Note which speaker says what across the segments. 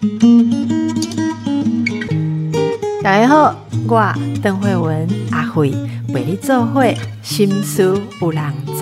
Speaker 1: 大家好，我邓惠文阿惠为你做会心事有人知。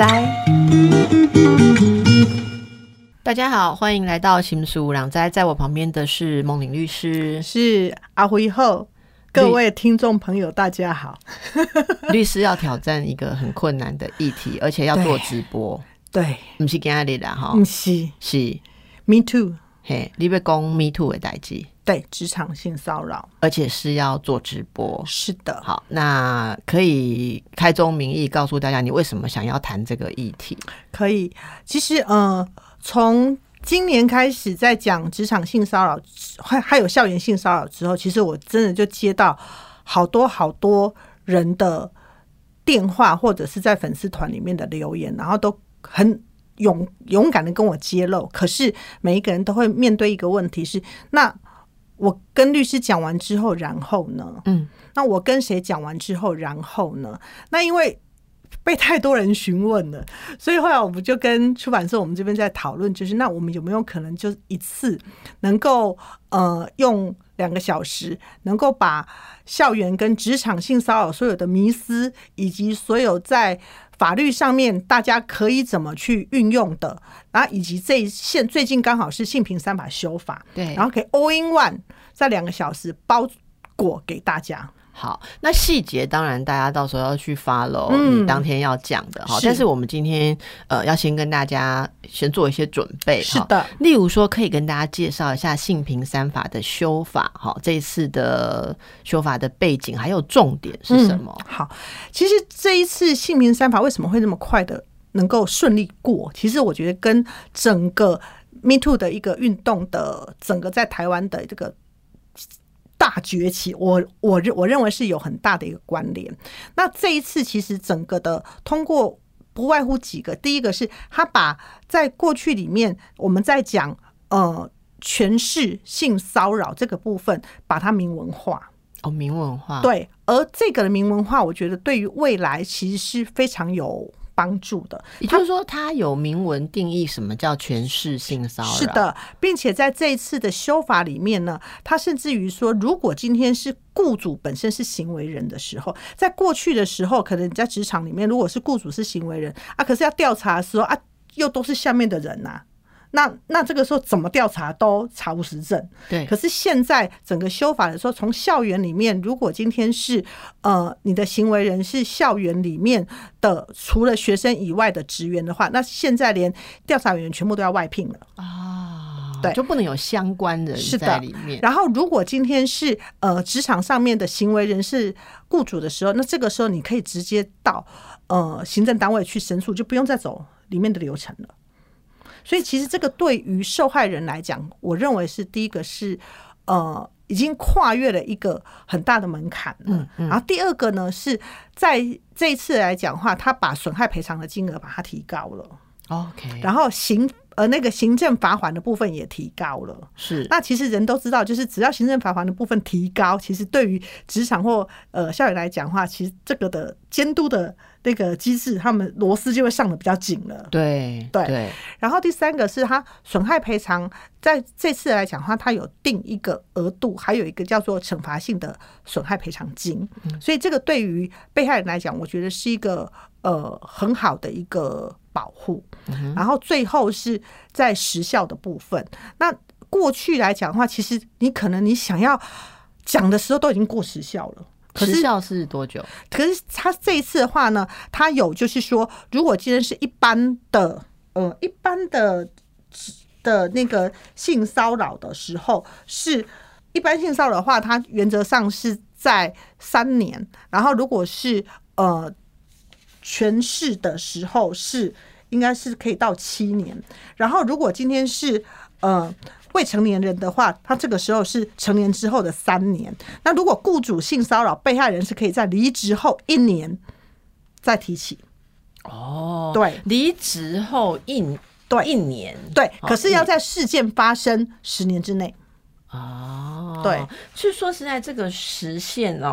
Speaker 1: 大家好，欢迎来到心事有人知，在我旁边的是梦玲律师，
Speaker 2: 是阿惠后。各位听众朋友大家好。
Speaker 1: 律师要挑战一个很困难的议题，而且要做直播。
Speaker 2: 对，
Speaker 1: 不是今天啦齁，
Speaker 2: 不是，
Speaker 1: 是
Speaker 2: Me too。
Speaker 1: 嘿，你要讲 Me too 的代志，
Speaker 2: 对，职场性骚扰，
Speaker 1: 而且是要做直播。
Speaker 2: 是的。
Speaker 1: 好，那可以开宗明义告诉大家你为什么想要谈这个议题？
Speaker 2: 可以，其实从今年开始在讲职场性骚扰还有校园性骚扰之后，其实我真的就接到好多人的电话或者是在粉丝团里面的留言，然后都很勇敢的跟我揭露。可是每一个人都会面对一个问题是，那我跟律师讲完之后然后呢？那我跟谁讲完之后然后呢？那因为被太多人询问了，所以后来我们就跟出版社我们这边在讨论，就是那我们有没有可能就一次能够用2个小时能够把校园跟职场性骚扰所有的迷思，以及所有在法律上面大家可以怎么去运用的，然后以及最近刚好是性平3法修法，
Speaker 1: 对，
Speaker 2: 然后可以 all in one 在2个小时包裹给大家。
Speaker 1: 好，那细节当然大家到时候要去 follow 你当天要讲的哈，但是我们今天要先跟大家先做一些准备。
Speaker 2: 是的，
Speaker 1: 例如说可以跟大家介绍一下性平3法的修法，这一次的修法的背景还有重点是什么？
Speaker 2: 好，其实这一次性平3法为什么会那么快的能够顺利过，其实我觉得跟整个 Me Too 的一个运动的整个在台湾的这个大崛起，我认为是有很大的一个关联。那这一次其实整个的通过不外乎几个，第一个是他把在过去里面我们在讲权势性骚扰这个部分把它明文化。
Speaker 1: 明文化，
Speaker 2: 对，而这个的明文化我觉得对于未来其实是非常有帮助的。
Speaker 1: 也就是说它有明文定义什么叫权势性骚扰。
Speaker 2: 是的，并且在这一次的修法里面呢，它甚至于说如果今天是雇主本身是行为人的时候，在过去的时候可能你在职场里面如果是雇主是行为人啊，可是要调查的时候啊又都是下面的人啊，那这个时候怎么调查都查无实证。
Speaker 1: 对。
Speaker 2: 可是现在整个修法的时候，从校园里面，如果今天是你的行为人是校园里面的除了学生以外的职员的话，那现在连调查员全部都要外聘了啊。对，
Speaker 1: 就不能有相关人在里面。
Speaker 2: 然后如果今天是职场上面的行为人是雇主的时候，那这个时候你可以直接到行政单位去申诉，就不用再走里面的流程了。所以其实这个对于受害人来讲，我认为是第一个是已经跨越了一个很大的门槛了。然后第二个呢是在这一次来讲的话，他把损害赔偿的金额把它提高了。
Speaker 1: OK，
Speaker 2: 然后那个行政罚锾的部分也提高了。
Speaker 1: 是，
Speaker 2: 那其实人都知道，就是只要行政罚锾的部分提高，其实对于职场或校园来讲的话，其实这个的监督的那个机制，他们螺丝就会上的比较紧了。
Speaker 1: 对。
Speaker 2: 然后第三个是他损害赔偿，在这次来讲的话，他有定一个额度，还有一个叫做惩罚性的损害赔偿金。所以这个对于被害人来讲，我觉得是一个很好的一个保护。然后最后是在时效的部分，那过去来讲的话，其实你想要讲的时候都已经过时效了。
Speaker 1: 时效是多久？
Speaker 2: 可是他这一次的话呢，他有就是说，如果今天是一般的那个性骚扰的时候，是一般性骚扰的话，它原则上是在3年，然后如果是权势的时候是应该是可以到7年，然后如果今天是未成年人的话，他这个时候是成年之后的3年。那如果雇主性骚扰被害人，是可以在离职后1年再提起。对，
Speaker 1: 离职后一年，
Speaker 2: 对，可是要在事件发生10年之内。
Speaker 1: 对，其实说实在，这个时限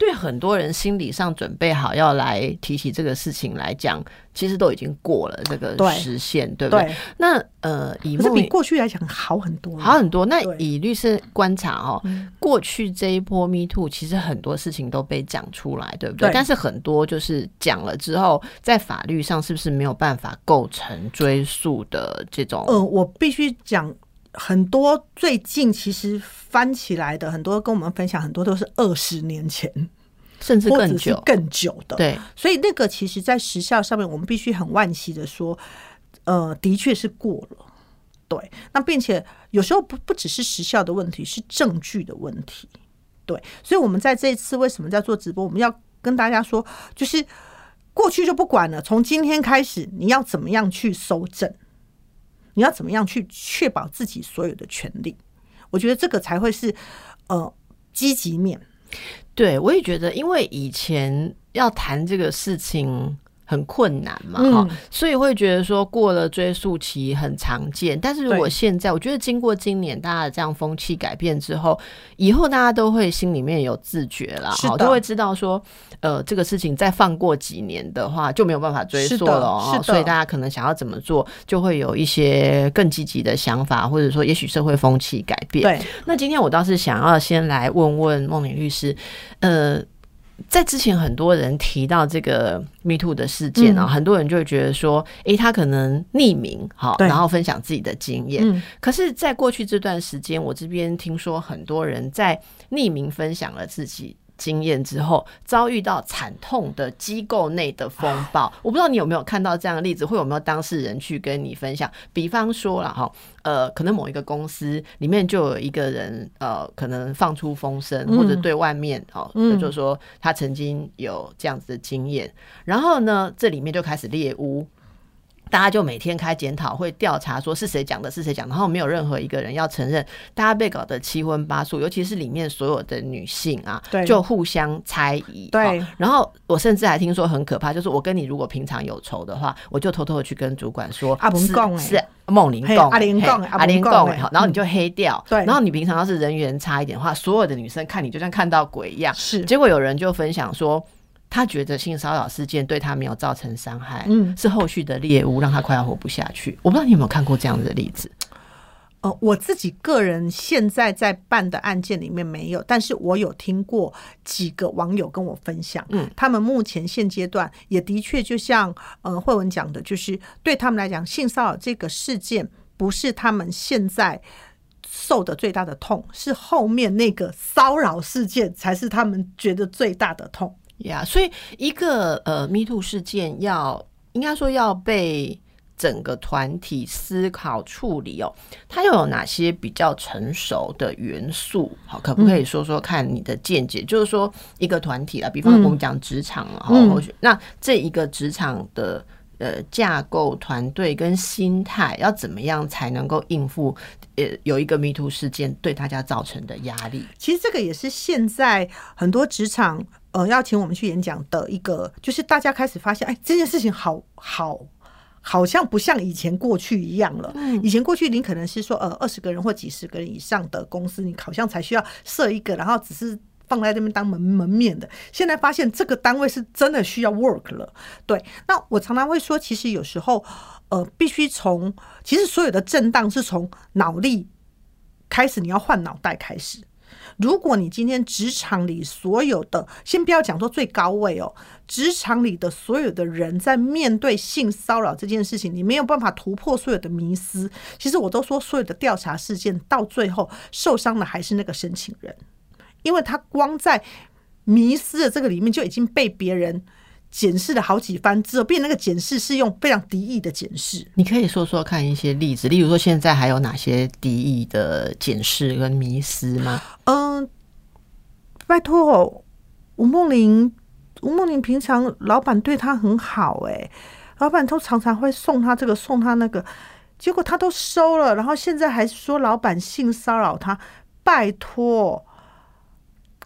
Speaker 1: 对很多人心理上准备好要来提起这个事情来讲，其实都已经过了这个时限， 对不对？那以
Speaker 2: 可是比过去来讲好很多，
Speaker 1: 好很多。那以律师观察过去这一波 Me Too 其实很多事情都被讲出来，对不对？但是很多就是讲了之后，在法律上是不是没有办法构成追诉的这种？
Speaker 2: 我必须讲。很多最近其实翻起来的，很多跟我们分享，很多都是20年前，
Speaker 1: 甚至更久、
Speaker 2: 更久的。
Speaker 1: 对，
Speaker 2: 所以那个其实，在时效上面，我们必须很惋惜的说，的确是过了。对，那并且有时候不只是时效的问题，是证据的问题。对，所以我们在这一次为什么在做直播，我们要跟大家说，就是过去就不管了，从今天开始，你要怎么样去搜证。你要怎么样去确保自己所有的权利？我觉得这个才会是积极面。
Speaker 1: 对，我也觉得，因为以前要谈这个事情很困难嘛，所以会觉得说过了追诉期很常见。但是如果现在，我觉得经过今年大家的这样风气改变之后，以后大家都会心里面有自觉啦，都会知道说这个事情再放过几年的话就没有办法追溯了所以大家可能想要怎么做就会有一些更积极的想法，或者说也许社会风气改变。
Speaker 2: 对，那
Speaker 1: 今天我倒是想要先来问问梦玲律师，在之前很多人提到这个 Me Too 的事件很多人就会觉得说他可能匿名然后分享自己的经验可是在过去这段时间，我这边听说很多人在匿名分享了自己经验之后，遭遇到惨痛的机构内的风暴。我不知道你有没有看到这样的例子，会有没有当事人去跟你分享？比方说啦可能某一个公司里面就有一个人可能放出风声，或者对外面就是说他曾经有这样子的经验，然后呢这里面就开始猎巫。大家就每天开检讨会，调查说是谁讲的，是谁讲的，然后没有任何一个人要承认，大家被搞得七荤八素，尤其是里面所有的女性就互相猜疑。
Speaker 2: 对，
Speaker 1: 然后我甚至还听说很可怕，就是我跟你如果平常有仇的话，我就偷偷的去跟主管说是梦玲讲阿玲讲然后你就黑掉。
Speaker 2: 对，
Speaker 1: 然后你平常要是人缘差一点的话，所有的女生看你就像看到鬼一样。
Speaker 2: 是，
Speaker 1: 结果有人就分享说他觉得性骚扰事件对他没有造成伤害，是后续的猎物让他快要活不下去。我不知道你有没有看过这样的例子？
Speaker 2: 我自己个人现在在办的案件里面没有，但是我有听过几个网友跟我分享，他们目前现阶段也的确就像慧文讲的，就是对他们来讲，性骚扰这个事件不是他们现在受的最大的痛，是后面那个骚扰事件才是他们觉得最大的痛。
Speaker 1: 所以一个Me Too 事件应该说要被整个团体思考处理它又有哪些比较成熟的元素？可不可以说说看你的见解？就是说一个团体比方我们讲职场那这一个职场的架构团队跟心态要怎么样才能够应付有一个 Me Too 事件对大家造成的压力？
Speaker 2: 其实这个也是现在很多职场要请我们去演讲的一个，就是大家开始发现这件事情好像不像以前过去一样了。以前过去你可能是说20个人或几十个人以上的公司，你好像才需要设一个，然后只是放在那边当门面的。现在发现这个单位是真的需要 work 了。对，那我常常会说，其实有时候必须其实所有的震荡是从脑力开始，你要换脑袋开始。如果你今天职场里所有的，先不要讲说最高位职场里的所有的人在面对性骚扰这件事情，你没有办法突破所有的迷思。其实我都说，所有的调查事件到最后受伤的还是那个申请人，因为他光在迷思的这个里面就已经被别人检视了好几番之后，变那个检视是用非常敌意的检视。
Speaker 1: 你可以说说看一些例子，例如说现在还有哪些敌意的检视跟迷思吗？
Speaker 2: 拜托吴梦玲平常老板对他很好老板都常常会送他这个送他那个，结果他都收了，然后现在还说老板性骚扰他。拜托，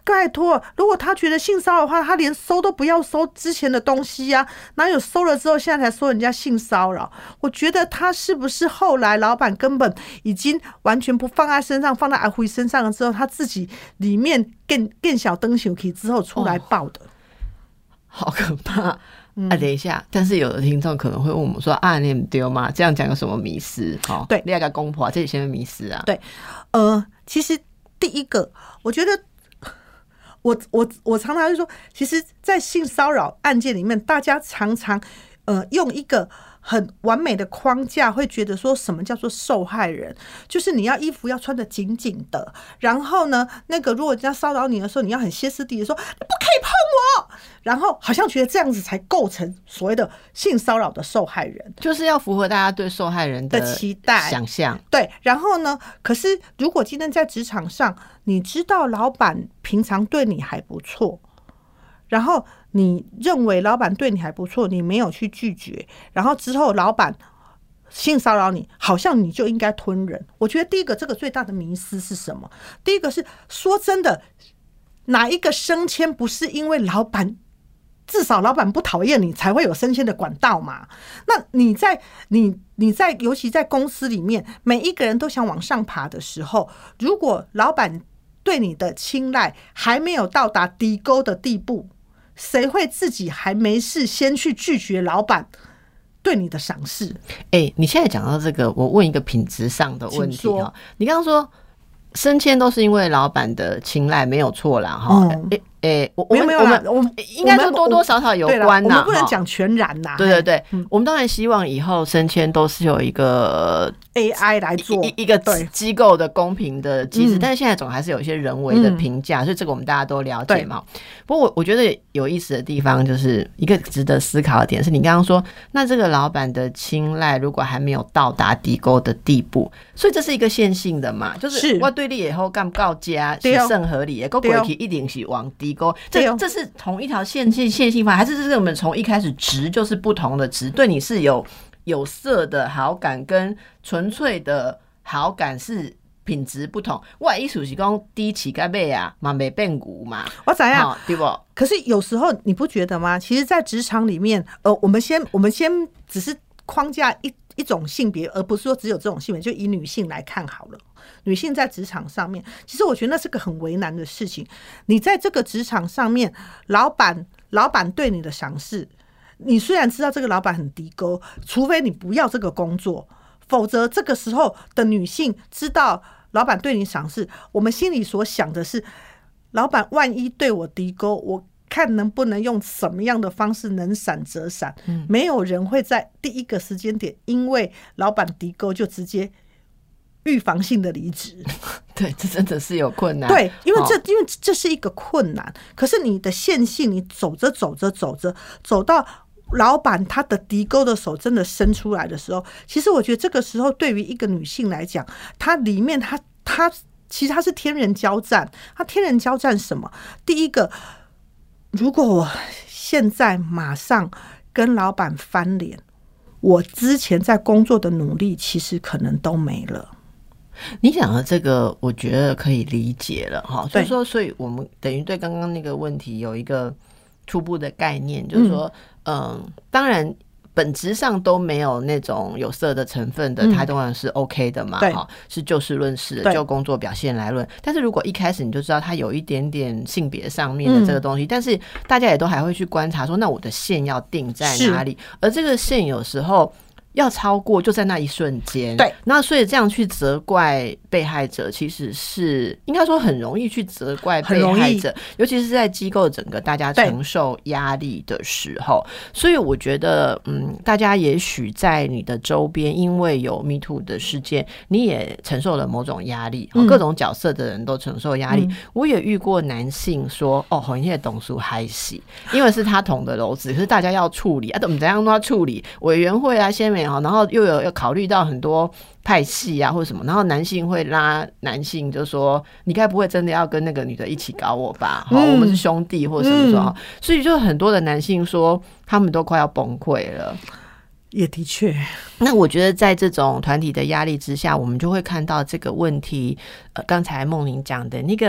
Speaker 2: 拜托，如果他觉得性骚扰的话，他连收都不要收之前的东西啊，哪有收了之后现在才说人家性骚扰？我觉得他是不是后来老板根本已经完全不放在身上，放在阿辉身上了之后，他自己里面更小灯小气之后出来爆的？
Speaker 1: 好可怕！等一下，但是有的听众可能会问我们说：“啊，你不丢吗？这样讲有什么迷思？”
Speaker 2: 对，
Speaker 1: 另外一个公婆这里先迷思啊。
Speaker 2: 对，其实第一个，我觉得我常常会说，其实，在性骚扰案件里面，大家常常用一个很完美的框架，会觉得说什么叫做受害人，就是你要衣服要穿得紧紧的，然后呢，那个如果人家骚扰你的时候，你要很歇斯底里说不可以碰我，然后好像觉得这样子才构成所谓的性骚扰的受害人，
Speaker 1: 就是要符合大家对受害人的
Speaker 2: 期待
Speaker 1: 想象。
Speaker 2: 对，然后呢，可是如果今天在职场上，你知道老板平常对你还不错，然后你认为老板对你还不错，你没有去拒绝，然后之后老板性骚扰你，好像你就应该吞忍。我觉得第一个，这个最大的迷思是什么？第一个是说真的，哪一个升迁不是因为老板，至少老板不讨厌你才会有升迁的管道嘛？那你在尤其在公司里面，每一个人都想往上爬的时候，如果老板对你的青睐还没有到达低沟的地步，谁会自己还没事先去拒绝老板对你的赏识？
Speaker 1: 你现在讲到这个，我问一个品质上的问题哦。你刚刚说升迁都是因为老板的青睐，没有错啦哈。我们应该说多多少少有关呐，
Speaker 2: 我们不能讲全然呐。
Speaker 1: 对对对，我们当然希望以后升迁都是有一个
Speaker 2: AI 来做
Speaker 1: 一个机构的公平的机制，但是现在总还是有一些人为的评价，所以这个我们大家都了解嘛。不过我觉得有意思的地方就是一个值得思考的点是，你刚刚说那这个老板的青睐如果还没有到达低沟的地步，所以这是一个线性的嘛，就是我对你以后干告家是甚合理的，过去一定是往低沟，这是同一条线性法，还是这是我们从一开始值就是不同的值，对你是有色的好感跟纯粹的好感是品质不同。我的意思是说低起该背啊嘛没变骨嘛，
Speaker 2: 我怎样
Speaker 1: 对不？
Speaker 2: 可是有时候你不觉得吗？其实在职场里面我们先只是框架一种性别，而不是说只有这种性别，就以女性来看好了。女性在职场上面，其实我觉得那是个很为难的事情。你在这个职场上面，老板对你的赏识，你虽然知道这个老板很低沟，除非你不要这个工作，否则这个时候的女性知道老板对你赏识，我们心里所想的是，老板万一对我低沟，我看能不能用什么样的方式能闪则闪。没有人会在第一个时间点因为老板低沟就直接预防性的离职。
Speaker 1: 对，这真的是有困难。
Speaker 2: 对，因为这是一个困难。可是你的线性，你走着走到老板他的低沟的手真的伸出来的时候，其实我觉得这个时候对于一个女性来讲，她里面她其实她是天人交战。她天人交战什么？第一个，如果我现在马上跟老板翻脸，我之前在工作的努力其实可能都没了。
Speaker 1: 你讲的这个我觉得可以理解了哈，所以说，所以我们等于对刚刚那个问题有一个初步的概念，就是说当然本质上都没有那种有色的成分的，它当然是 OK 的嘛，是就事论事的，就工作表现来论。但是如果一开始你就知道它有一点点性别上面的这个东西，但是大家也都还会去观察说，那我的线要定在哪里？而这个线有时候要超过就在那一瞬间，对，那所以这样去责怪被害者，其实是应该说很容易去责怪被害者，尤其是在机构整个大家承受压力的时候。所以我觉得大家也许在你的周边因为有 Me Too 的事件，你也承受了某种压力，各种角色的人都承受压力。我也遇过男性说红叶董事害死，因为是他捅的篓子，可是大家要处理怎么怎样都要处理，委员会啊先没，然后又有考虑到很多派系啊或者什么，然后男性会拉男性就说你该不会真的要跟那个女的一起搞我吧，我们是兄弟或者什么说，所以就很多的男性说他们都快要崩溃了。
Speaker 2: 也的确，
Speaker 1: 那我觉得在这种团体的压力之下，我们就会看到这个问题刚才梦玲讲的那个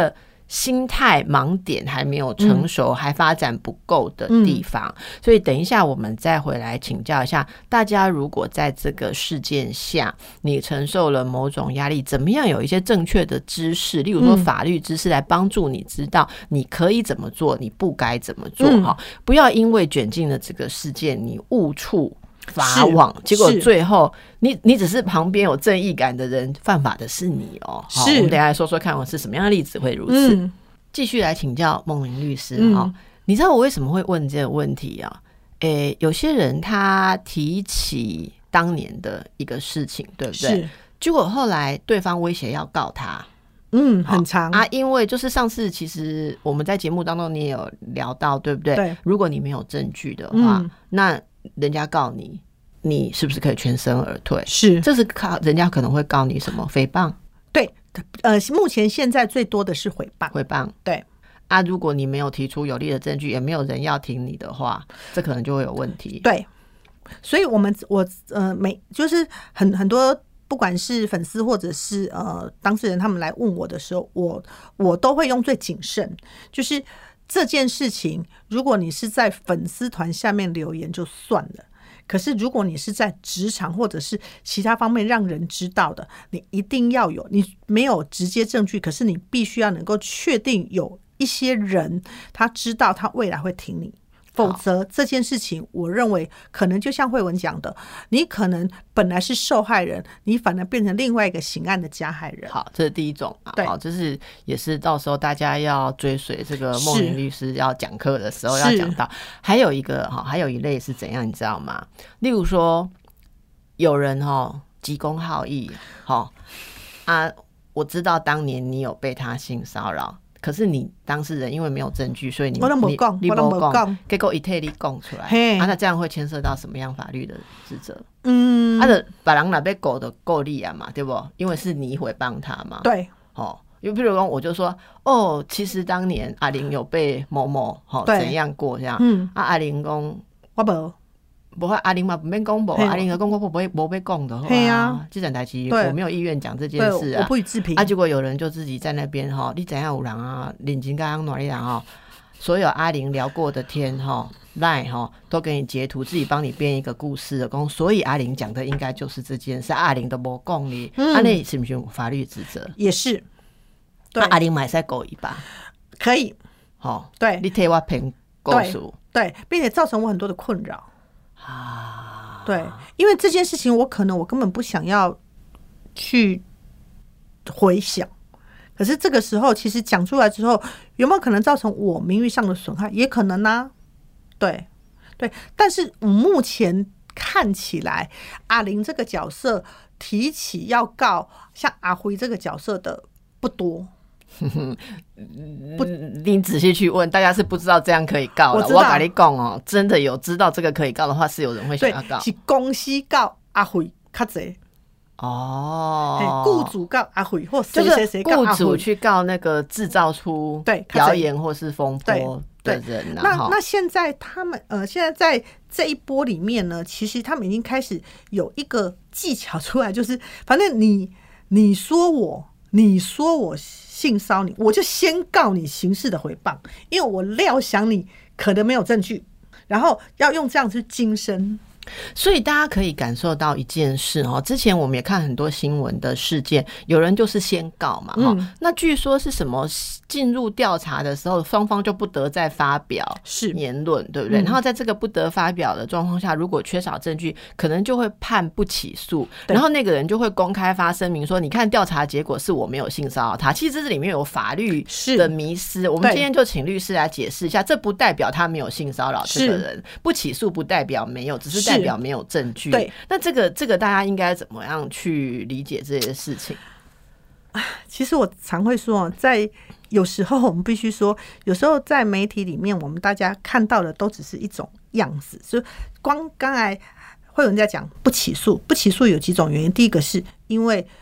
Speaker 1: 心态盲点还没有成熟，还发展不够的地方。所以等一下我们再回来请教一下大家，如果在这个事件下你承受了某种压力，怎么样有一些正确的知识，例如说法律知识来帮助你知道你可以怎么做，你不该怎么做。不要因为卷进了这个事件你误触法网，结果最后你只是旁边有正义感的人，犯法的是你哦。好，我们等一下来说说看我是什么样的例子会如此。继续来请教孟玲律师。你知道我为什么会问这个问题啊？有些人他提起当年的一个事情，对不对？结果后来对方威胁要告他。
Speaker 2: 很长
Speaker 1: 啊，因为就是上次其实我们在节目当中你也有聊到，对不对？
Speaker 2: 对，
Speaker 1: 如果你没有证据的话，那人家告你，你是不是可以全身而退？
Speaker 2: 是，
Speaker 1: 这是人家可能会告你什么诽谤？
Speaker 2: 对，目前现在最多的是诽谤。对
Speaker 1: 啊，如果你没有提出有力的证据，也没有人要挺你的话，这可能就会有问题。
Speaker 2: 对，所以就是很多。不管是粉丝或者是当事人，他们来问我的时候，我都会用最谨慎，就是这件事情，如果你是在粉丝团下面留言就算了，可是如果你是在职场或者是其他方面让人知道的，你一定要有，你没有直接证据，可是你必须要能够确定有一些人他知道他未来会挺你。否则这件事情我认为可能就像慧文讲的，你可能本来是受害人，你反而变成另外一个刑案的加害人。
Speaker 1: 好，这是第一种。好，这是也是到时候大家要追随这个孟玲律师要讲课的时候要讲到。还有一类是怎样你知道吗？例如说有人急公好义我知道当年你有被他性骚扰，可是你当事人因为没有证据，所以你
Speaker 2: 我都没讲，
Speaker 1: 结果他替你讲出来，那这样会牵涉到什么样法律的职责？就别人若要告就告你啊嘛，对不？因为是你诽谤他嘛。
Speaker 2: 对，
Speaker 1: 因为比如说我就说其实当年阿玲有被某某怎样过这样，阿玲讲我不会，阿玲嘛不免讲无，阿玲讲我没被讲的，这件代志我没有意愿讲这件事啊，
Speaker 2: 我不予置评。
Speaker 1: 结果有人就自己在那边你怎样有人啊，认真跟哪里人所有阿玲聊过的天LINE都给你截图，自己帮你编一个故事的，所以阿玲讲的应该就是这件事，阿玲都没讲你，那是不是有法律职责？也是。对，阿玲买赛狗一把
Speaker 2: 可以，对，
Speaker 1: 你替我评告诉，
Speaker 2: 对，并且造成我很多的困扰。对，因为这件事情我根本不想要去回想，可是这个时候其实讲出来之后，有没有可能造成我名誉上的损害？也可能啊。对，但是我目前看起来，阿玲这个角色提起要告像阿辉这个角色的不多。
Speaker 1: 你仔细去问，大家是不知道这样可以告的。我跟你讲真的有知道这个可以告的话，是有人会想要告。
Speaker 2: 是公司告阿辉较多雇主告阿辉，或谁谁谁告阿辉，
Speaker 1: 就是雇主去告那个制造出谣言或是风波的人。
Speaker 2: 那现在他们现在在这一波里面呢，其实他们已经开始有一个技巧出来，就是反正你说我性骚你，我就先告你刑事的诽谤，因为我料想你可能没有证据，然后要用这样去精深。
Speaker 1: 所以大家可以感受到一件事之前我们也看很多新闻的事件，有人就是先告嘛那据说是什么进入调查的时候，双方就不得再发表言论，对不对？然后在这个不得发表的状况下，如果缺少证据，可能就会判不起诉，然后那个人就会公开发声明说，你看调查结果是我没有性骚扰他。其实这里面有法律的迷思，我们今天就请律师来解释一下，这不代表他没有性骚扰这个人，不起诉不代表没有，只是代表没有证据。对，那这个大家应该怎么样去理解这些事情？
Speaker 2: 其实我常会说，有时候我们必须说，有时候在媒体里面，我们大家看到的都只是一种样子。所以刚才会有人在讲不起诉有几种原因。第一个是因为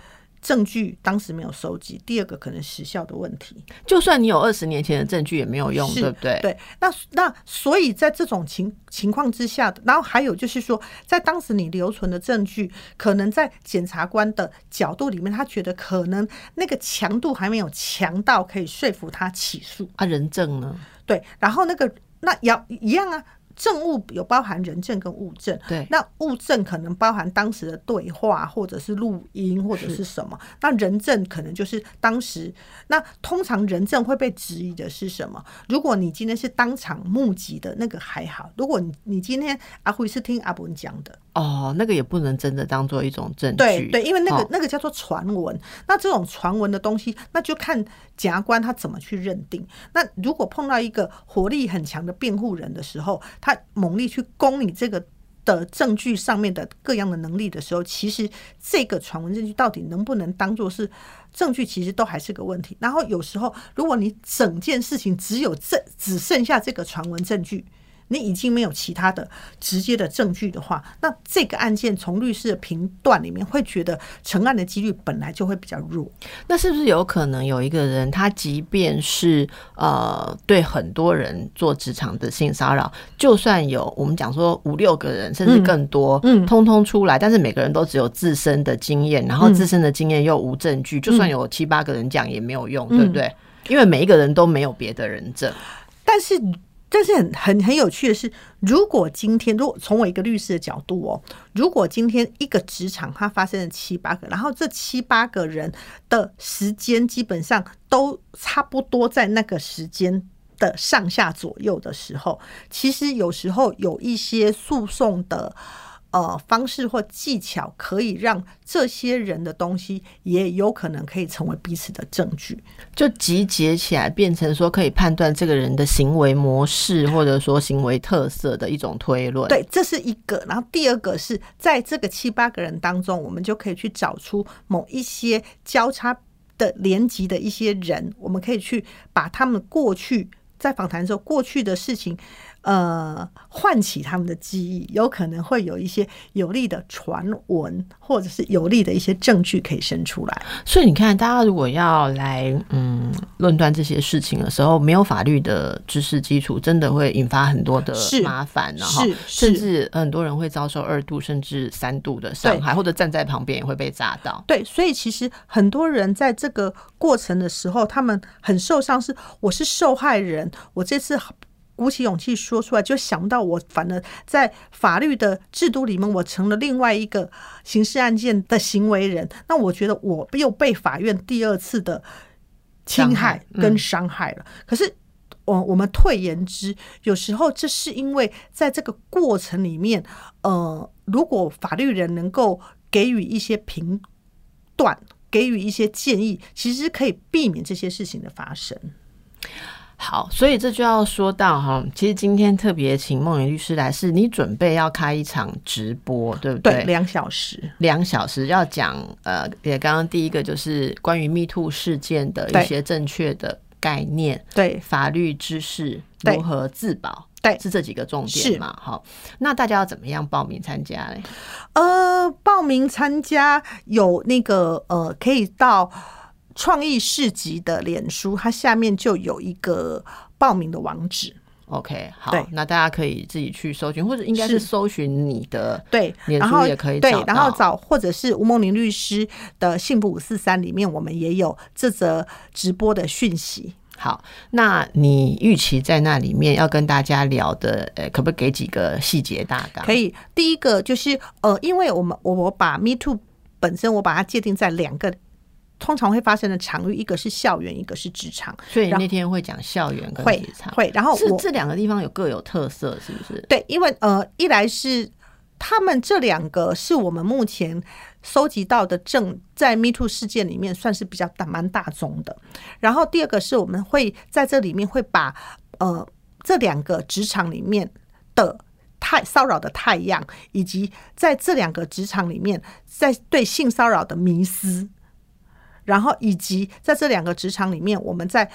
Speaker 2: 证据当时没有收集，第二个可能时效的问题。
Speaker 1: 就算你有20年前的证据也没有用，对不对？
Speaker 2: 对，那所以在这种情况之下，然后还有就是说，在当时你留存的证据，可能在检察官的角度里面，他觉得可能那个强度还没有强到可以说服他起诉
Speaker 1: 啊。人证呢？
Speaker 2: 对，然后那也一样啊。证物有包含人证跟物证，
Speaker 1: 对，
Speaker 2: 那物证可能包含当时的对话，或者是录音，或者是什么。那人证可能就是当时，那通常人证会被质疑的是什么？如果你今天是当场目击的，那个还好；如果你今天阿辉是听阿文讲的，
Speaker 1: 那个也不能真的当做一种证据。
Speaker 2: 对，因为那个叫做传闻。那这种传闻的东西，那就看检察官他怎么去认定。那如果碰到一个火力很强的辩护人的时候，他猛力去攻你这个的证据上面的各样的能力的时候，其实这个传闻证据到底能不能当作是证据，其实都还是个问题。然后有时候，如果你整件事情只剩下这个传闻证据，你已经没有其他的直接的证据的话，那这个案件从律师的评断里面会觉得成案的几率本来就会比较弱。
Speaker 1: 那是不是有可能有一个人，他即便是对很多人做职场的性骚扰，就算有我们讲说5-6个人甚至更多，通通出来，但是每个人都只有自身的经验，然后自身的经验又无证据，就算有7-8个人讲也没有用，对不对？因为每一个人都没有别的人证。
Speaker 2: 但是很有趣的是，如果从我一个律师的角度如果今天一个职场它发生了7-8个，然后这7-8个人的时间基本上都差不多在那个时间的上下左右的时候，其实有时候有一些诉讼的方式或技巧可以让这些人的东西也有可能可以成为彼此的证据，
Speaker 1: 就集结起来变成说可以判断这个人的行为模式或者说行为特色的一种推论。
Speaker 2: 对，这是一个。然后第二个是在这个7-8个人当中，我们就可以去找出某一些交叉的连级的一些人，我们可以去把他们过去在访谈的时候过去的事情唤起他们的记忆，有可能会有一些有力的传闻或者是有力的一些证据可以生出来。
Speaker 1: 所以你看，大家如果要来论断这些事情的时候，没有法律的知识基础，真的会引发很多的麻烦，然后甚至很多人会遭受2度甚至3度的伤害，或者站在旁边也会被炸到。
Speaker 2: 对，所以其实很多人在这个过程的时候，他们很受伤，我是受害人，我这次鼓起勇气说出来，就想到我反而在法律的制度里面，我成了另外一个刑事案件的行为人。那我觉得我又被法院第2次的侵害跟伤害了。可是我们退言之，有时候这是因为在这个过程里面，如果法律人能够给予一些评断，给予一些建议，其实可以避免这些事情的发生。
Speaker 1: 好，所以这就要说到其实今天特别请孟颖律师来，是你准备要开一场直播，对不对？
Speaker 2: 对，2小时
Speaker 1: ，2小时要讲也刚刚第一个就是关于 MeToo 事件的一些正确的概念，
Speaker 2: 对，
Speaker 1: 法律知识如何自保，
Speaker 2: 对，
Speaker 1: 是这几个重点嘛？好，那大家要怎么样报名参加嘞？
Speaker 2: 报名参加有那个可以到创意市集的脸书，它下面就有一个报名的网址。
Speaker 1: OK， 好，那大家可以自己去搜寻，或者应该是搜寻你的脸书也可以找到，
Speaker 2: 对，然后找或者是吴梦玲律师的幸福543里面，我们也有这则直播的讯息。
Speaker 1: 好，那你预期在那里面要跟大家聊的，可不可以给几个细节大纲？
Speaker 2: 可以，第一个就是因为我把 MeToo 本身我把它界定在2个通常会发生的场域，一个是校园，一个是职场。
Speaker 1: 所以那天会讲校园跟职场，
Speaker 2: 会，然后
Speaker 1: 是这2个地方各有特色，是不是？
Speaker 2: 对，因为一来是他们这2个是我们目前收集到的在 MeToo 事件里面算是比较蛮大宗的。然后第二个是我们会在这里面会把这2个职场里面的骚扰的态样，以及在这2个职场里面在对性骚扰的迷思，然后以及在这2个职场里面，我们在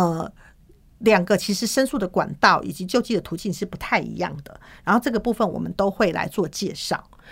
Speaker 2: 2个其实申诉的管道以及救济的途径是不太一样的。然后这个部分我们都会来做介绍。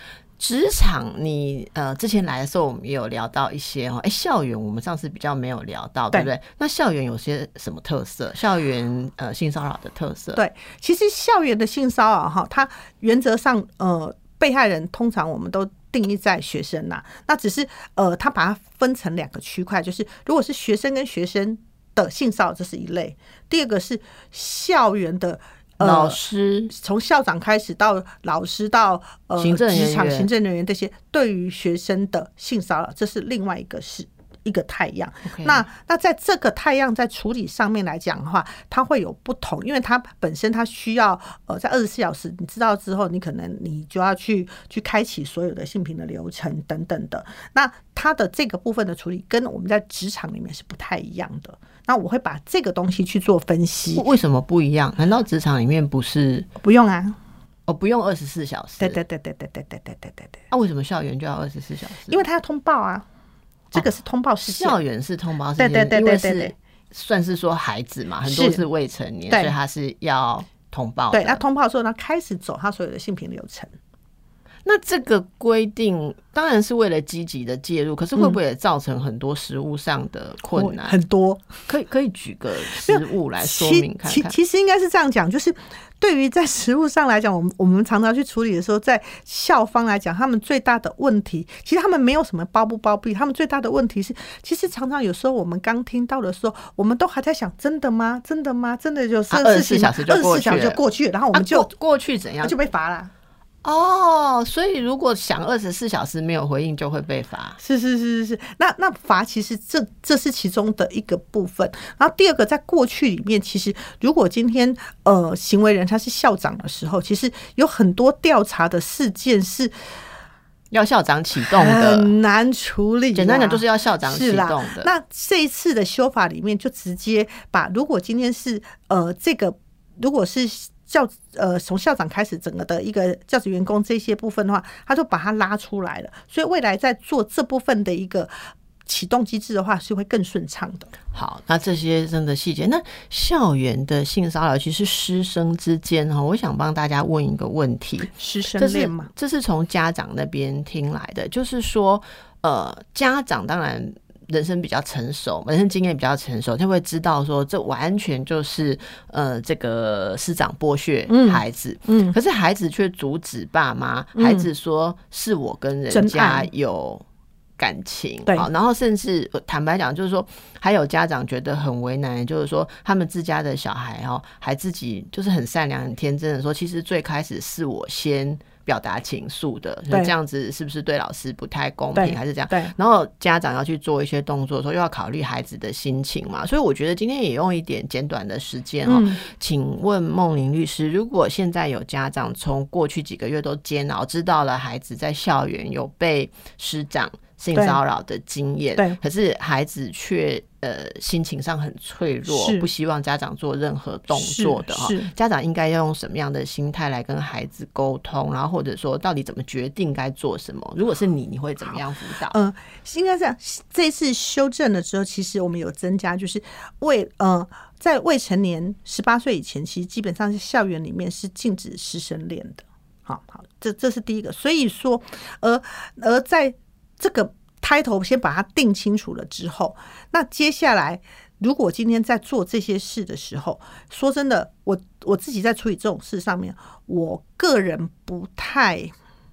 Speaker 1: 职场你之前来的时候我们也有聊到一些校园我们上次比较没有聊到， 对不对？那校园有些什么特色？校园性骚扰的特色？
Speaker 2: 对，其实校园的性骚扰它原则上被害人通常我们都定义在学生啦，那只是他把它分成2个区块，就是如果是学生跟学生的性骚扰，这是一类；第二个是校园的
Speaker 1: 老师，
Speaker 2: 从校长开始到老师到职场行政人员这些对于学生的性骚扰，这是另外一个太阳。
Speaker 1: Okay.
Speaker 2: 那在这个太阳在处理上面来讲的话，它会有不同，因为它本身它需要在24小时你知道之后，你可能你就要去开启所有的性平的流程等等的。那它的这个部分的处理跟我们在职场里面是不太一样的。那我会把这个东西去做分析。
Speaker 1: 为什么不一样？难道职场里面不是
Speaker 2: 不用啊？
Speaker 1: 不用24小时？
Speaker 2: 对。
Speaker 1: 为什么校园就要24小时？
Speaker 2: 因为他要通报啊。这个是通报事件，
Speaker 1: 校园是通报事件，因为是算是说孩子嘛，很多是未成年，所以他是要通报的。
Speaker 2: 对，他通报之后，他开始走他所有的性平流程。
Speaker 1: 那这个规定当然是为了积极的介入，可是会不会也造成很多实务上的困难？
Speaker 2: 很多，
Speaker 1: 可以举个实务来说明看看。
Speaker 2: 其实应该是这样讲，就是对于在实务上来讲，我们常常去处理的时候，在校方来讲，他们最大的问题，其实他们没有什么包不包庇，他们最大的问题是，其实常常有时候我们刚听到的时候，我们都还在想，真的吗？真的吗？真的就
Speaker 1: 24小时就过去了，
Speaker 2: 然后我们就
Speaker 1: 过去怎样
Speaker 2: 就被罚了。
Speaker 1: 所以如果想24小时没有回应就会被罚。
Speaker 2: 是。那罚其实这是其中的一个部分。然后第二个，在过去里面，其实如果今天行为人他是校长的时候，其实有很多调查的事件是
Speaker 1: 要校长启动的，
Speaker 2: 很难处理。
Speaker 1: 简单讲就是要校长启动的。
Speaker 2: 那这一次的修法里面就直接把，如果今天是这个如果是从校长开始，整个的一个教职员工这些部分的话，他就把它拉出来了。所以未来在做这部分的一个启动机制的话，是会更顺畅的。
Speaker 1: 好，那这些真的细节，那校园的性骚扰，其实师生之间我想帮大家问一个问题：
Speaker 2: 师生恋吗？
Speaker 1: 这是从家长那边听来的，就是说，家长当然人生比较成熟，人生经验比较成熟，他会知道说这完全就是这个师长剥削孩子，可是孩子却阻止爸妈，孩子说是我跟人家有感情，好，然后甚至坦白讲，就是说还有家长觉得很为难，就是说他们自家的小孩还自己就是很善良很天真的说，其实最开始是我先表达情愫的，所以这样子是不是对老师不太公平，还是这样？然后家长要去做一些动作的时候，又要考虑孩子的心情嘛。所以我觉得今天也用一点简短的时间请问孟玲律师，如果现在有家长从过去几个月都煎熬，知道了孩子在校园有被师长性骚扰的经验，可是孩子却心情上很脆弱，不希望家长做任何动作的家长应该要用什么样的心态来跟孩子沟通，然后或者说到底怎么决定该做什么？如果是你会怎么样辅导？
Speaker 2: 应该这样，这次修正的时候，其实我们有增加，就是在未成年18岁以前，其实基本上是校园里面是禁止师生恋的。好，这是第一个。所以说，而在这个title先把它定清楚了之后，那接下来如果今天在做这些事的时候，说真的，我自己在处理这种事上面，我个人不太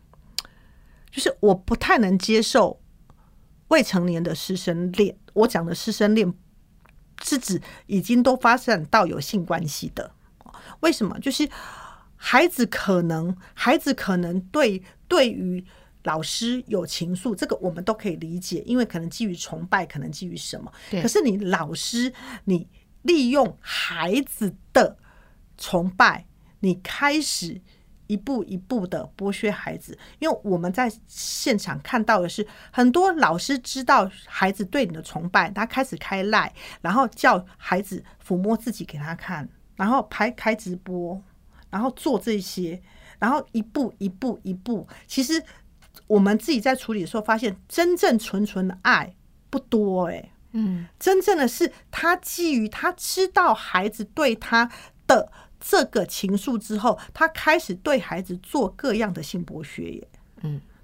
Speaker 2: 能接受未成年的师生恋。我讲的师生恋是指已经都发展到有性关系的。为什么？就是孩子可能对于老师有情愫，这个我们都可以理解，因为可能基于崇拜，可能基于什么。可是你老师，你利用孩子的崇拜，你开始一步一步的剥削孩子。因为我们在现场看到的是，很多老师知道孩子对你的崇拜，他开始开LINE，然后叫孩子抚摸自己给他看，然后开直播，然后做这些，然后一步一步，其实我们自己在处理的时候发现，真正纯的爱不多真正的是他基于他知道孩子对他的这个情愫之后，他开始对孩子做各样的性剥削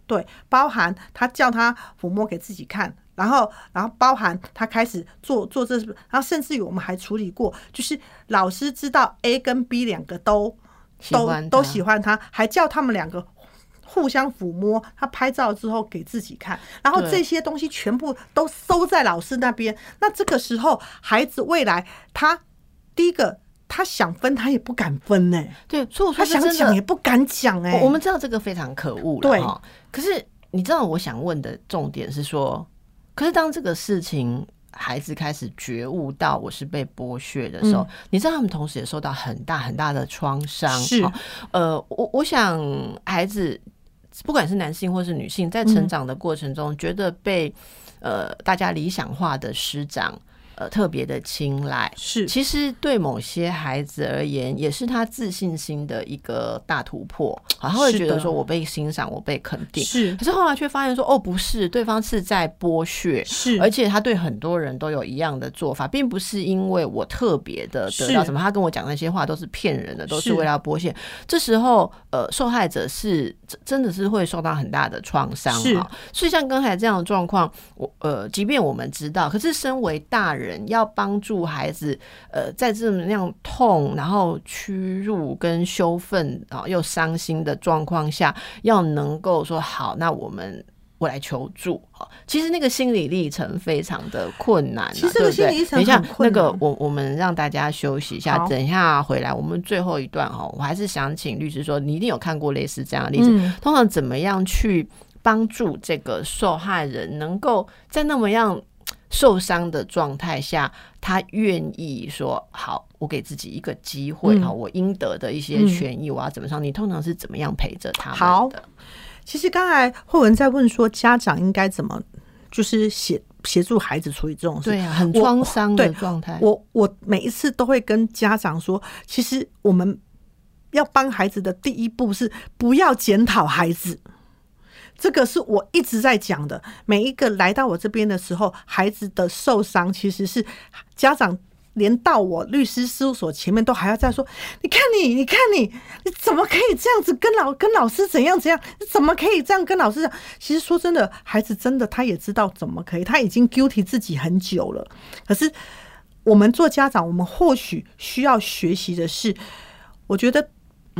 Speaker 2: 对，包含他叫他抚摸给自己看，然后包含他开始做这，然后甚至于我们还处理过，就是老师知道 A 跟 B 两个都喜欢他，还叫他们两个互相抚摸，他拍照之后给自己看，然后这些东西全部都收在老师那边。那这个时候，孩子未来他第一个。他想分，他也不敢分呢。
Speaker 1: 对，所以我说
Speaker 2: 他想讲也不敢讲哎。
Speaker 1: 我们知道这个非常可恶了，对。可是你知道，我想问的重点是说，可是当这个事情孩子开始觉悟到我是被剥削的时候，你知道他们同时也受到很大很大的创伤。
Speaker 2: 是，
Speaker 1: 我想孩子不管是男性或是女性，在成长的过程中，觉得被大家理想化的师长。特别的青睐，
Speaker 2: 是
Speaker 1: 其实对某些孩子而言，也是他自信心的一个大突破。他会觉得说我被欣赏，我被肯定。
Speaker 2: 是，
Speaker 1: 可是后来却发现说，哦，不是，对方是在剥削。
Speaker 2: 是，
Speaker 1: 而且他对很多人都有一样的做法，并不是因为我特别的得到什么，他跟我讲那些话都是骗人的，都是为了剥削。这时候，受害者是真的是会受到很大的创伤。所以像刚才这样的状况，即便我们知道，可是身为大人。要帮助孩子在这么样痛然后屈辱跟羞愤又伤心的状况下，要能够说好，那我来求助。其实那个心理历程非常的困难，
Speaker 2: 其实这个心理历程很困难。
Speaker 1: 等一下，那个我们让大家休息一下，等一下回来我们最后一段我还是想请律师说，你一定有看过类似这样的例子，通常怎么样去帮助这个受害人能够在那么样受伤的状态下，他愿意说好，我给自己一个机会，我应得的一些权益，我要怎么上？你通常是怎么样陪着他们的？
Speaker 2: 好，其实刚才慧文在问说，家长应该怎么就是协助孩子处理这种事？
Speaker 1: 对啊，很创伤的状态。
Speaker 2: 我每一次都会跟家长说，其实我们要帮孩子的第一步是不要检讨孩子。这个是我一直在讲的，每一个来到我这边的时候，孩子的受伤其实是家长连到我律师事务所前面都还要再说，你看你怎么可以这样子跟老师怎样，你怎么可以这样跟老师讲？其实说真的，孩子真的他也知道怎么可以，他已经 guilty 自己很久了。可是我们做家长，我们或许需要学习的是，我觉得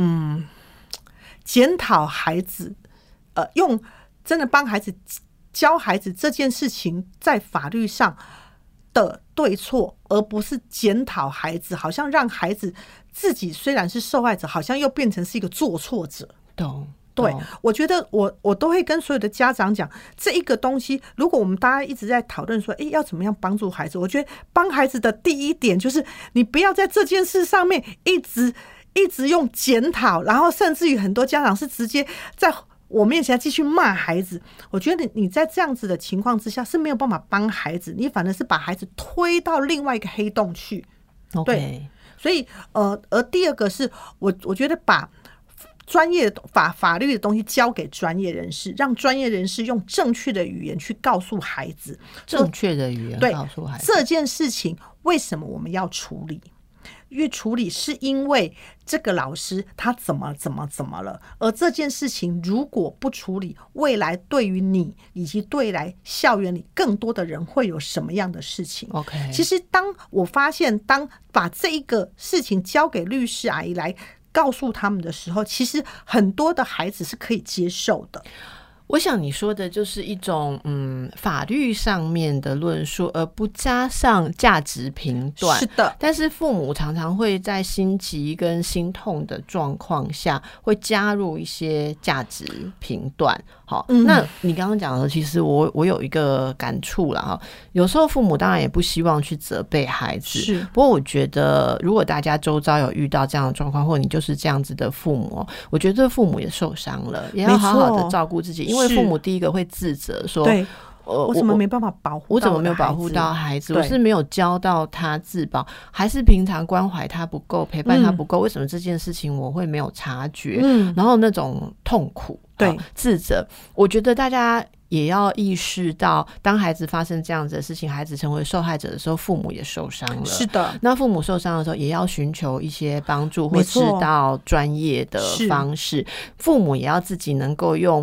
Speaker 2: 检讨孩子。用真的帮孩子教孩子这件事情在法律上的对错，而不是检讨孩子，好像让孩子自己虽然是受害者，好像又变成是一个做错者。
Speaker 1: 懂？
Speaker 2: 对，我觉得我都会跟所有的家长讲，这一个东西，如果我们大家一直在讨论说，要怎么样帮助孩子，我觉得帮孩子的第一点就是，你不要在这件事上面一直用检讨，然后甚至于很多家长是直接在我面前继续骂孩子。我觉得你在这样子的情况之下是没有办法帮孩子，你反而是把孩子推到另外一个黑洞去。对，所以而第二个是我觉得把专业法律的东西交给专业人士，让专业人士用正确的语言去告诉孩子，
Speaker 1: 正确的语言告诉孩子
Speaker 2: 这件事情为什么我们要处理。越处理是因为这个老师他怎么了，而这件事情如果不处理，未来对于你以及对来校园里更多的人会有什么样的事情。
Speaker 1: OK，
Speaker 2: 其实当我发现当把这一个事情交给律师阿姨来告诉他们的时候，其实很多的孩子是可以接受的。
Speaker 1: 我想你说的就是一种法律上面的论述，而不加上价值评断。
Speaker 2: 是的，
Speaker 1: 但是父母常常会在心急跟心痛的状况下，会加入一些价值评断。好，那你刚刚讲的，其实我有一个感触啦哈。有时候父母当然也不希望去责备孩子，
Speaker 2: 是。
Speaker 1: 不过我觉得，如果大家周遭有遇到这样的状况，或者你就是这样子的父母，我觉得父母也受伤了，也要好好的照顾自己，因为父母第一个会自责说，
Speaker 2: 对。我怎么没办法保护？
Speaker 1: 我怎么没有保护到孩子？我是没有教到他自保，还是平常关怀他不够，陪伴他不够？为什么这件事情我会没有察觉？然后那种痛苦、
Speaker 2: 对
Speaker 1: 自责，我觉得大家也要意识到，当孩子发生这样子的事情，孩子成为受害者的时候，父母也受伤了。
Speaker 2: 是的，
Speaker 1: 那父母受伤的时候，也要寻求一些帮助，或知道专业的方式。父母也要自己能够用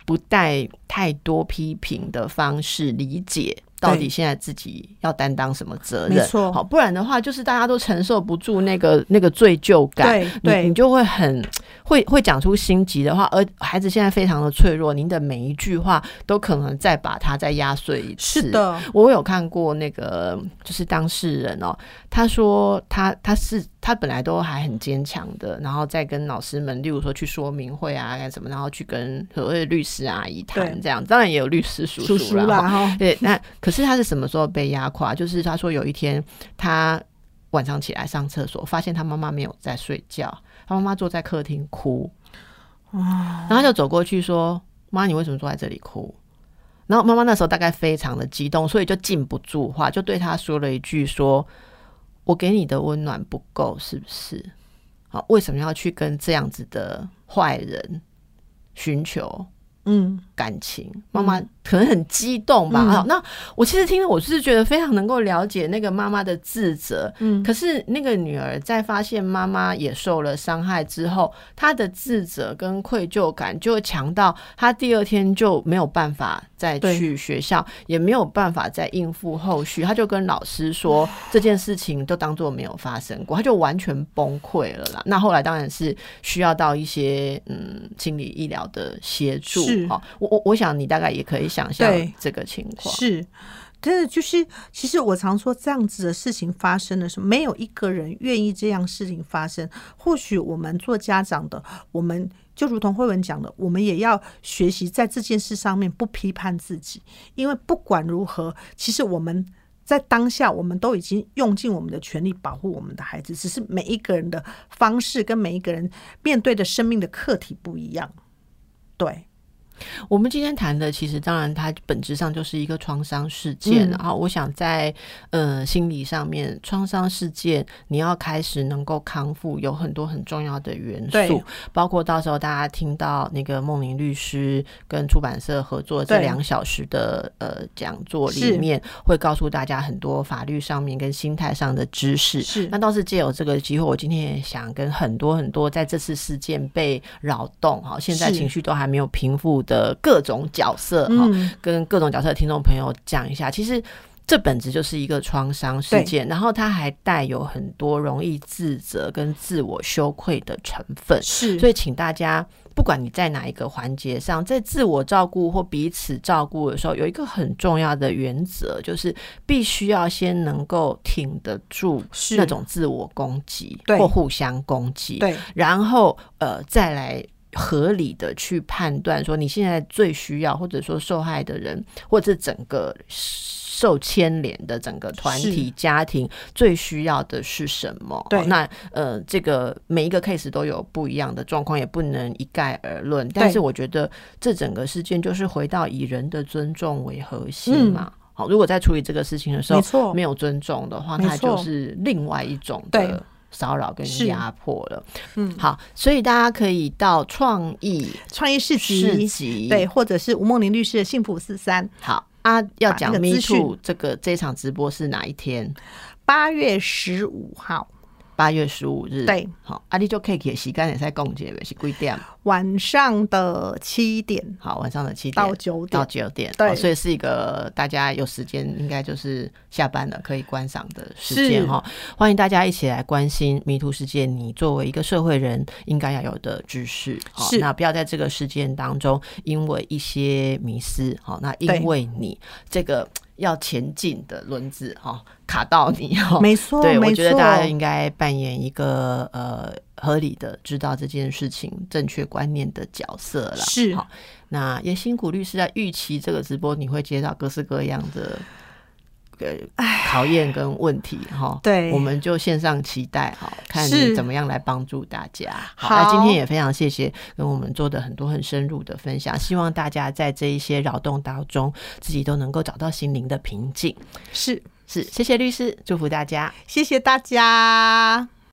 Speaker 1: 不带太多批评的方式理解到底现在自己要担当什么责任，
Speaker 2: 没错，
Speaker 1: 好，不然的话就是大家都承受不住那个罪疚感，你就会会讲出心急的话，而孩子现在非常的脆弱，您的每一句话都可能再把它再压碎一次。
Speaker 2: 是的，
Speaker 1: 我有看过那个就是当事人哦，他说他本来都还很坚强的，然后再跟老师们例如说去说明会啊干什么，然后去跟所谓的律师阿姨谈这样，当然也有律师叔叔啦，对，那可是他是什么时候被压垮？就是他说有一天他晚上起来上厕所，发现他妈妈没有在睡觉，他妈妈坐在客厅哭，然后他就走过去说：“妈，你为什么坐在这里哭？”然后妈妈那时候大概非常的激动，所以就禁不住话，就对他说了一句说：“我给你的温暖不够，是不是？好，为什么要去跟这样子的坏人寻求感情？”妈妈可能很激动吧。那我其实听了，我是觉得非常能够了解那个妈妈的自责。可是那个女儿在发现妈妈也受了伤害之后，她的自责跟愧疚感就强到她第二天就没有办法再去学校，也没有办法再应付后续。她就跟老师说这件事情都当作没有发生过，她就完全崩溃了啦。那后来当然是需要到一些心理医疗的协助。我想你大概也可以想象这个情况。
Speaker 2: 是真的，就是其实我常说这样子的事情发生的时候，没有一个人愿意这样事情发生。或许我们做家长的，我们就如同慧文讲的，我们也要学习在这件事上面不批判自己，因为不管如何，其实我们在当下我们都已经用尽我们的全力保护我们的孩子，只是每一个人的方式跟每一个人面对的生命的课题不一样。对，
Speaker 1: 我们今天谈的其实当然它本质上就是一个创伤事件，然后我想在心理上面，创伤事件你要开始能够康复有很多很重要的元素，包括到时候大家听到那个梦玲律师跟出版社合作这2小时的讲座里面，会告诉大家很多法律上面跟心态上的知识。是，那倒是借由这个机会，我今天也想跟很多很多在这次事件被扰动，现在情绪都还没有平复的各种角色，跟各种角色的听众朋友讲一下，其实这本质就是一个创伤事件，然后它还带有很多容易自责跟自我羞愧的成分。是，所以请大家不管你在哪一个环节上，在自我照顾或彼此照顾的时候，有一个很重要的原则，就是必须要先能够挺得住那种自我攻击或互相攻击，然后再来合理的去判断说你现在最需要，或者说受害的人或者整个受牵连的整个团体家庭最需要的是什么。对，那这个每一个 case 都有不一样的状况，也不能一概而论，但是我觉得这整个事件就是回到以人的尊重为核心嘛。好，如果在处理这个事情的时候没有尊重的话，它就是另外一种的骚扰跟压迫了。好，所以大家可以到创意市集，
Speaker 2: 对，或者是吴梦玲律师的幸福43。
Speaker 1: 好要讲 Me Too 这场直播是哪一天
Speaker 2: ？8月15号。
Speaker 1: 8月15日。
Speaker 2: 对，
Speaker 1: 好，你就可以时间也在讲解是几点？
Speaker 2: 晚上的7点。
Speaker 1: 好，晚上的7点
Speaker 2: 到9点。
Speaker 1: 对，所以是一个大家有时间应该就是下班了可以观赏的时间哈。欢迎大家一起来关心 Me Too 事件，你作为一个社会人应该要有的知识。是，那不要在这个事件当中因为一些迷思，好，那因为你这个要前进的轮子卡到你。
Speaker 2: 没错，
Speaker 1: 对，我觉得大家应该扮演一个合理的知道这件事情正确观念的角色了。是，那也辛苦律师在预期这个直播你会接到各式各样的考验跟问题。对，我们就线上期待，看你怎么样来帮助大家。好，那今天也非常谢谢跟我们做的很多很深入的分享，希望大家在这一些扰动当中自己都能够找到心灵的平静。是，谢谢律师，祝福大家，
Speaker 2: 谢谢大家。